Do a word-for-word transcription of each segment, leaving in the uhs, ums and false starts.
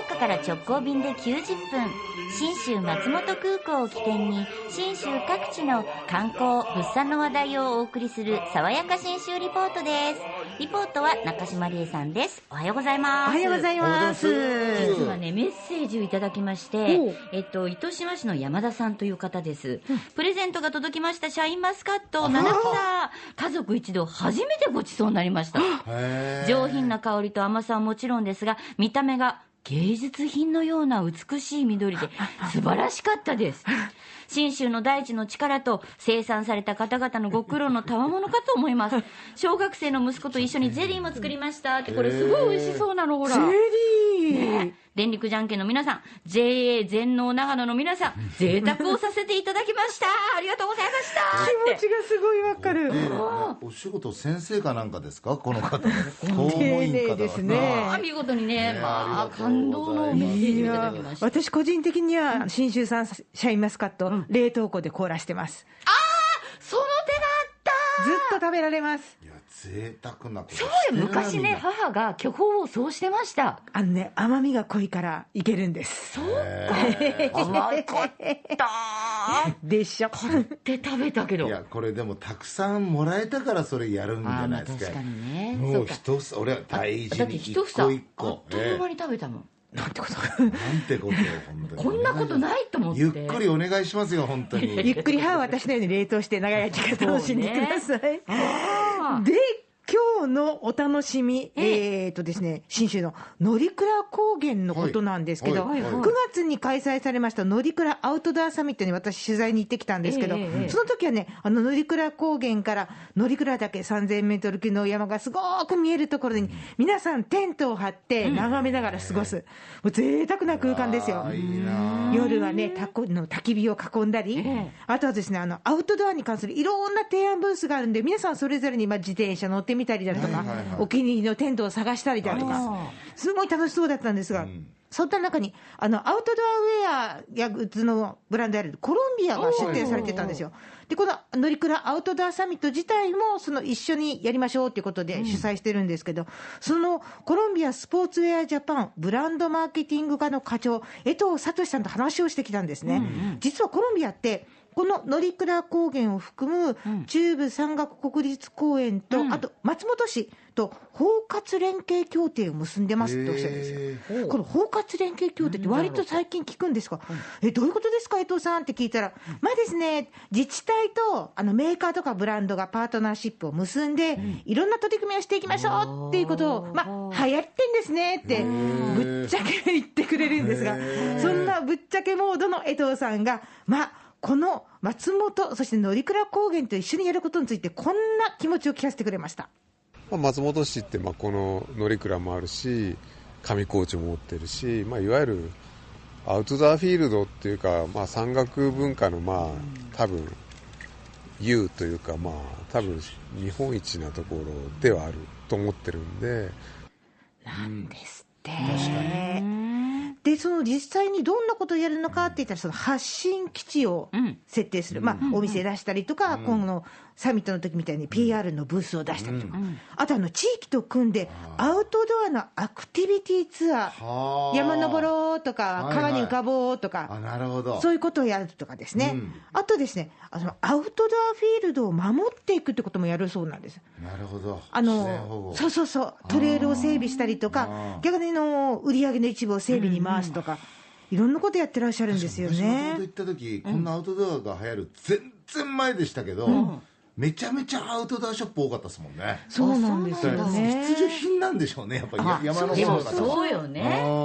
岡から直行便できゅうじゅっぷん、信州松本空港を起点に信州各地の観光物産の話題をお送りする爽やか信州リポートです。リポートは中島理恵さんです。おはようございます。 おはようございます。 実はね、メッセージをいただきまして、えっと糸島市の山田さんという方です、うん、プレゼントが届きました。シャインマスカットなな房、家族一同初めてごちそうになりました。上品な香りと甘さはもちろんですが、見た目が芸術品のような美しい緑で素晴らしかったです。信州の大地の力と生産された方々のご苦労の賜物かと思います。小学生の息子と一緒にゼリーも作りましたって。これすごい美味しそうなの、ほらゼリー、 ね、電力じゃんけんの皆さん、 ジェーエー 全農長野の皆さん、贅沢をさせていただきました。ありがとうございました。 気持ちがすごいわかる。 お仕事先生かなんかですか、この方。公務員方ですね。 見事にね、まあ感動のメッセージをいただきました。 私個人的には信州産シャインマスカット、うん、冷凍庫で凍らしてます。 ああ、その手があった。 ずっと食べられます。 いや、贅沢なことしてるな。そうよ、昔ね、母が巨峰をそうしてました。 あのね、甘みが濃いからいけるんです。 そうか、甘かったでしょ。 買って食べたけど、 いや、これでもたくさんもらえたからそれやるんじゃないですか。 確かにね。 もう一房、俺は大事に一個一個、 あっという間に食べたもん。 なんてことなんてこと本当にこんなことないと思って。 ゆっくりお願いしますよ、本当に。 ゆっくり歯は私のように冷凍して長い時間楽しんでください。で、今日のお楽しみ、えーとですね、信州の乗鞍高原のことなんですけど、はいはいはい、くがつに開催されました乗鞍アウトドアサミットに私取材に行ってきたんですけど、えー、その時はね、あの乗鞍高原から乗鞍岳さんぜんメートル級の山がすごく見えるところに皆さんテントを張って眺めながら過ごす、うん、もう贅沢な空間ですよ。 いいな。 夜はね、たこの焚き火を囲んだり、えー、あとはですね、あのアウトドアに関するいろんな提案ブースがあるんで、皆さんそれぞれにまあ自転車乗ってみたりだとか、はいはいはい、お気に入りのテントを探したりだとか、すごい楽しそうだったんですが、うん、そんな中にあのアウトドアウェアやグッズのブランドであるコロンビアが出展されてたんですよ。で、この乗鞍アウトドアサミット自体もその一緒にやりましょうということで主催してるんですけど、うん、そのコロンビアスポーツウェアジャパンブランドマーケティング課の課長江藤聡さんと話をしてきたんですね、うんうん、実はコロンビアってこの乗鞍高原を含む中部山岳国立公園と、うん、あと松本市と包括連携協定を結んでますっておっしゃるんですよ。この包括連携協定って割と最近聞くんですが、えどういうことですか江藤さんって聞いたら、まあですね、自治体とあのメーカーとかブランドがパートナーシップを結んで、うん、いろんな取り組みをしていきましょうっていうことを、まあ、流行ってんですねってぶっちゃけ言ってくれるんですが、そんなぶっちゃけモードの江藤さんが、まあこの松本そして乗鞍高原と一緒にやることについてこんな気持ちを聞かせてくれました。 松本市ってまあこの乗鞍もあるし上高地も持ってるし、まあ、いわゆるアウトドアフィールドっていうか、まあ、山岳文化のまあ多分優というか、まあ多分日本一なところではあると思ってるんで。 なんですって、うん、確かに。でその実際にどんなことをやるのかっていったら、その発信基地を設定する、うん、まあ、お店出したりとか、うん、今後のサミットの時みたいに ピーアール のブースを出したりとか、うん、あとあの地域と組んでアウトドアのアクティビティツアー、山登ろうとか川に浮かぼうとか、 あ、なるほど、 そういうことをやるとかですね、うん、あとですね、あのアウトドアフィールドを守っていくってこともやるそうなんです。 なるほど、 あのそうそうそう、トレイルを整備したりとか、逆にの売り上げの一部を整備に回すとか、うん、いろんなことやってらっしゃるんですよね。 私も行った時、こんなアウトドアが流行る全然前でしたけど、うん、めちゃめちゃアウトドアショップ多かったですもんね。 そうなんですよね。 必需品なんでしょうね、やっぱり山のものだから。そうよね、うん、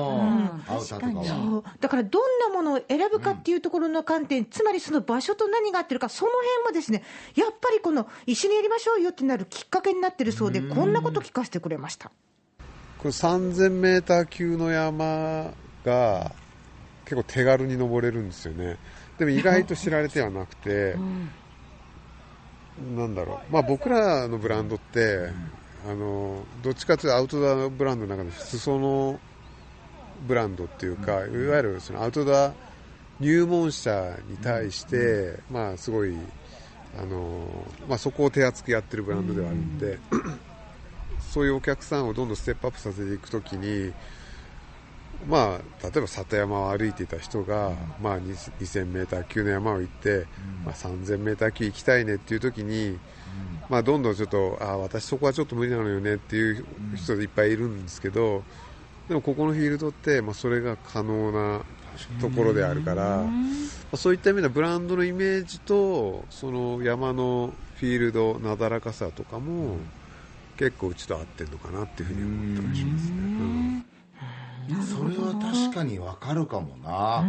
アウターとかは。 そうだからどんなものを選ぶかっていうところの観点、うん、つまりその場所と何が合ってるか、その辺もですね、やっぱりこの一緒にやりましょうよってなるきっかけになってるそうで、こんなこと聞かせてくれました。 これさんぜんメーター級の山が結構手軽に登れるんですよね。でも意外と知られてはなくて、うん、なんだろう、まあ、僕らのブランドって、あのどっちかというとアウトドアブランドの中で裾野ブランドっていうか、いわゆるそのアウトドア入門者に対して、まあ、すごいあの、まあ、そこを手厚くやってるブランドではあるんで、うん、そういうお客さんをどんどんステップアップさせていくときに、 まあ、例えば里山を歩いていた人が、まあ、にせんメーター級の山を行って、まあ、さんぜんメーター級行きたいねっていう時に、まあ、どんどんちょっとあ私そこはちょっと無理なのよねっていう人いっぱいいるんですけど、でもここのフィールドって、まあ、それが可能なところであるから、まあ、そういった意味ではブランドのイメージとその山のフィールドなだらかさとかも結構うちと合ってるのかなっていうふうに思ったりしますね。うん、 それは確かに分かるかもな、うん、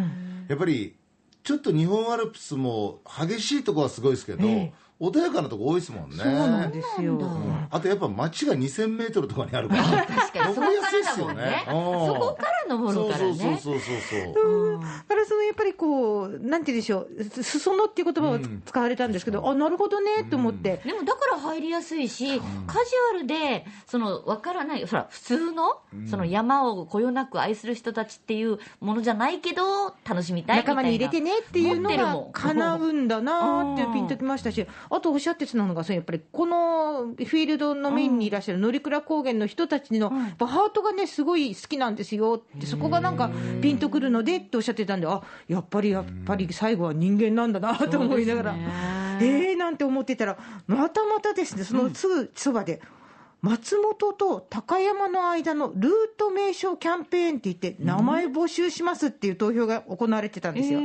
やっぱりちょっと日本アルプスも激しいところはすごいですけど、ええ、穏やかなとこ多いですもんね。 そうなんですよ、うん、 あとやっぱ街がにせんメートルとかにあるから確かにそこからだもんね。そこから登るからね。 そうそうそうそうそう、 うん、だからそのやっぱりこうなんて言うんでしょう、裾野っていう言葉を使われたんですけど、うん、あなるほどねと思って、 うん、でもだから入りやすいし、うん、カジュアルでその分からない、ほら普通のその山をこよなく愛する人たちっていうものじゃないけど楽しみたいみたいな、 仲間に入れてねっていうのが叶うんだなってピンときましたし、あとおっしゃってたのがやっぱりこのフィールドのメインにいらっしゃる乗鞍高原の人たちの、うん、ハートがねすごい好きなんですよって、そこがなんかピンとくるのでっておっしゃってたんで、あやっぱりやっぱり最後は人間なんだなと思いながら、えーなんて思ってたら、またまたですね、そのすぐそばで、うん松本と高山の間のルート名称キャンペーンって言って名前募集しますっていう投票が行われてたんですよ、うん、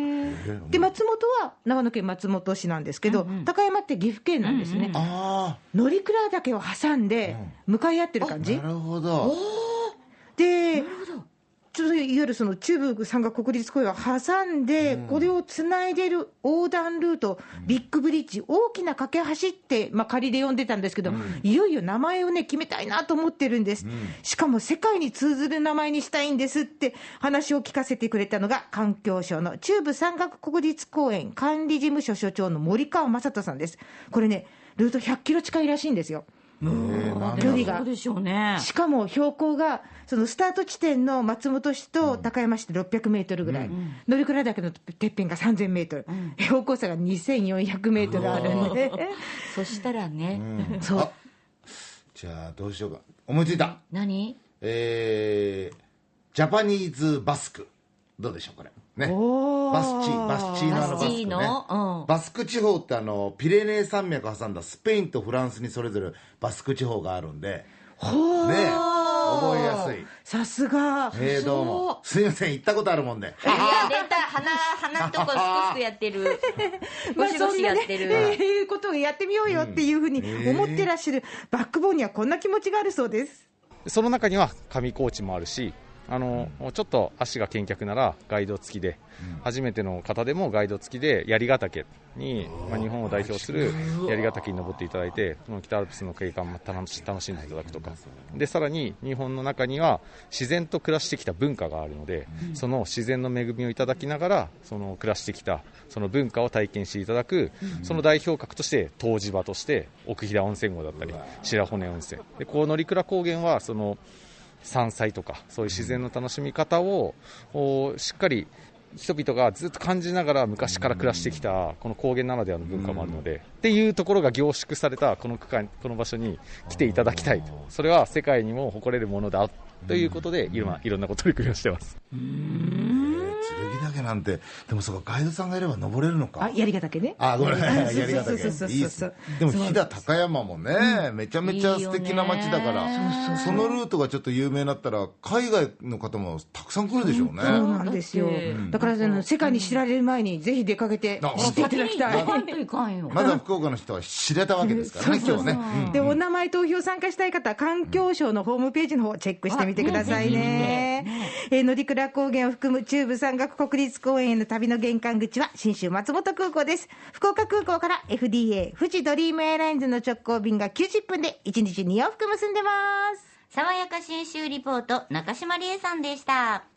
で松本は長野県松本市なんですけど、うんうん、高山って岐阜県なんですね、うんうん、乗鞍岳を挟んで向かい合ってる感じ、 なるほど。 でちょっといわゆるその中部山岳国立公園を挟んで、うん、これをつないでる横断ルート、うん、ビッグブリッジ、大きな架け橋って、まあ、仮で呼んでたんですけど、うん、いよいよ名前をね決めたいなと思ってるんです、うん、しかも世界に通ずる名前にしたいんですって話を聞かせてくれたのが環境省の中部山岳国立公園管理事務所所長の森川正人さんです。これねルートひゃっキロ近いらしいんですよ、 距離が。そうでしょうね。 しかも標高がそのスタート地点の松本市と高山市でろっぴゃくメートルぐらい、うん、乗鞍岳のてっぺんがさんぜんメートル、うん、標高差がにせんよんひゃくメートルあるんでそしたらね、 うん、そうじゃあどうしようか、思いついた。 何？ えー、ジャパニーズバスクどうでしょうこれね、バスチーバスチーのあのバスクね、 の、うん、 バスク地方ってあのピレネー山脈挟んだスペインとフランスにそれぞれバスク地方があるんで、 ほーね覚えやすい。 さすが。 えー、どうもすいません行ったことあるもんで、 いや出た鼻鼻とこスクスクやってるゴシゴシやってる、 まあそんなね、えー、ことをやってみようよっていうふうに思ってらっしゃる、バックボーンにはこんな気持ちがあるそうです。 その中には上高地もあるし、あのちょっと足が健脚ならガイド付きで、うん、初めての方でもガイド付きで槍ヶ岳に、まあ、日本を代表する槍ヶ岳に登っていただいて、北アルプスの景観も楽し、楽しんでいただくとかで、さらに日本の中には自然と暮らしてきた文化があるので、うん、その自然の恵みをいただきながらその暮らしてきたその文化を体験していただく、うん、その代表格として湯治場として奥飛騨温泉郷だったり白骨温泉で、こう乗鞍高原はその山菜とかそういう自然の楽しみ方をしっかり人々がずっと感じながら昔から暮らしてきたこの高原ならではの文化もあるので、っていうところが凝縮されたこの区間、この場所に来ていただきたいと、それは世界にも誇れるものだということで今いろんなこと取り組みをしています。 うーん、剣岳なんてでもそうか、ガイドさんがいれば登れるのか。 あ、槍ヶ岳ね。 あ、ごめんなさい、槍ヶ岳いいです。でも飛騨高山もね、うん、めちゃめちゃ素敵な街だから、いいそのルートがちょっと有名になったら海外の方もたくさん来るでしょうね。 そうなんですよ、うん、だから世界に知られる前にぜひ出かけて知っていただきたい。 まだ福岡の人は知れたわけですからね今日ね、うん、 でお名前投票参加したい方は環境省のホームページの方チェックしてみてくださいね。えー、乗鞍高原を含む中部山岳国立公園への旅の玄関口は信州松本空港です。福岡空港から エフディーエー 富士ドリームエアラインズの直行便がきゅうじゅっぷんでいちにちに往復結んでます。 爽やか信州リポート中島理恵さんでした。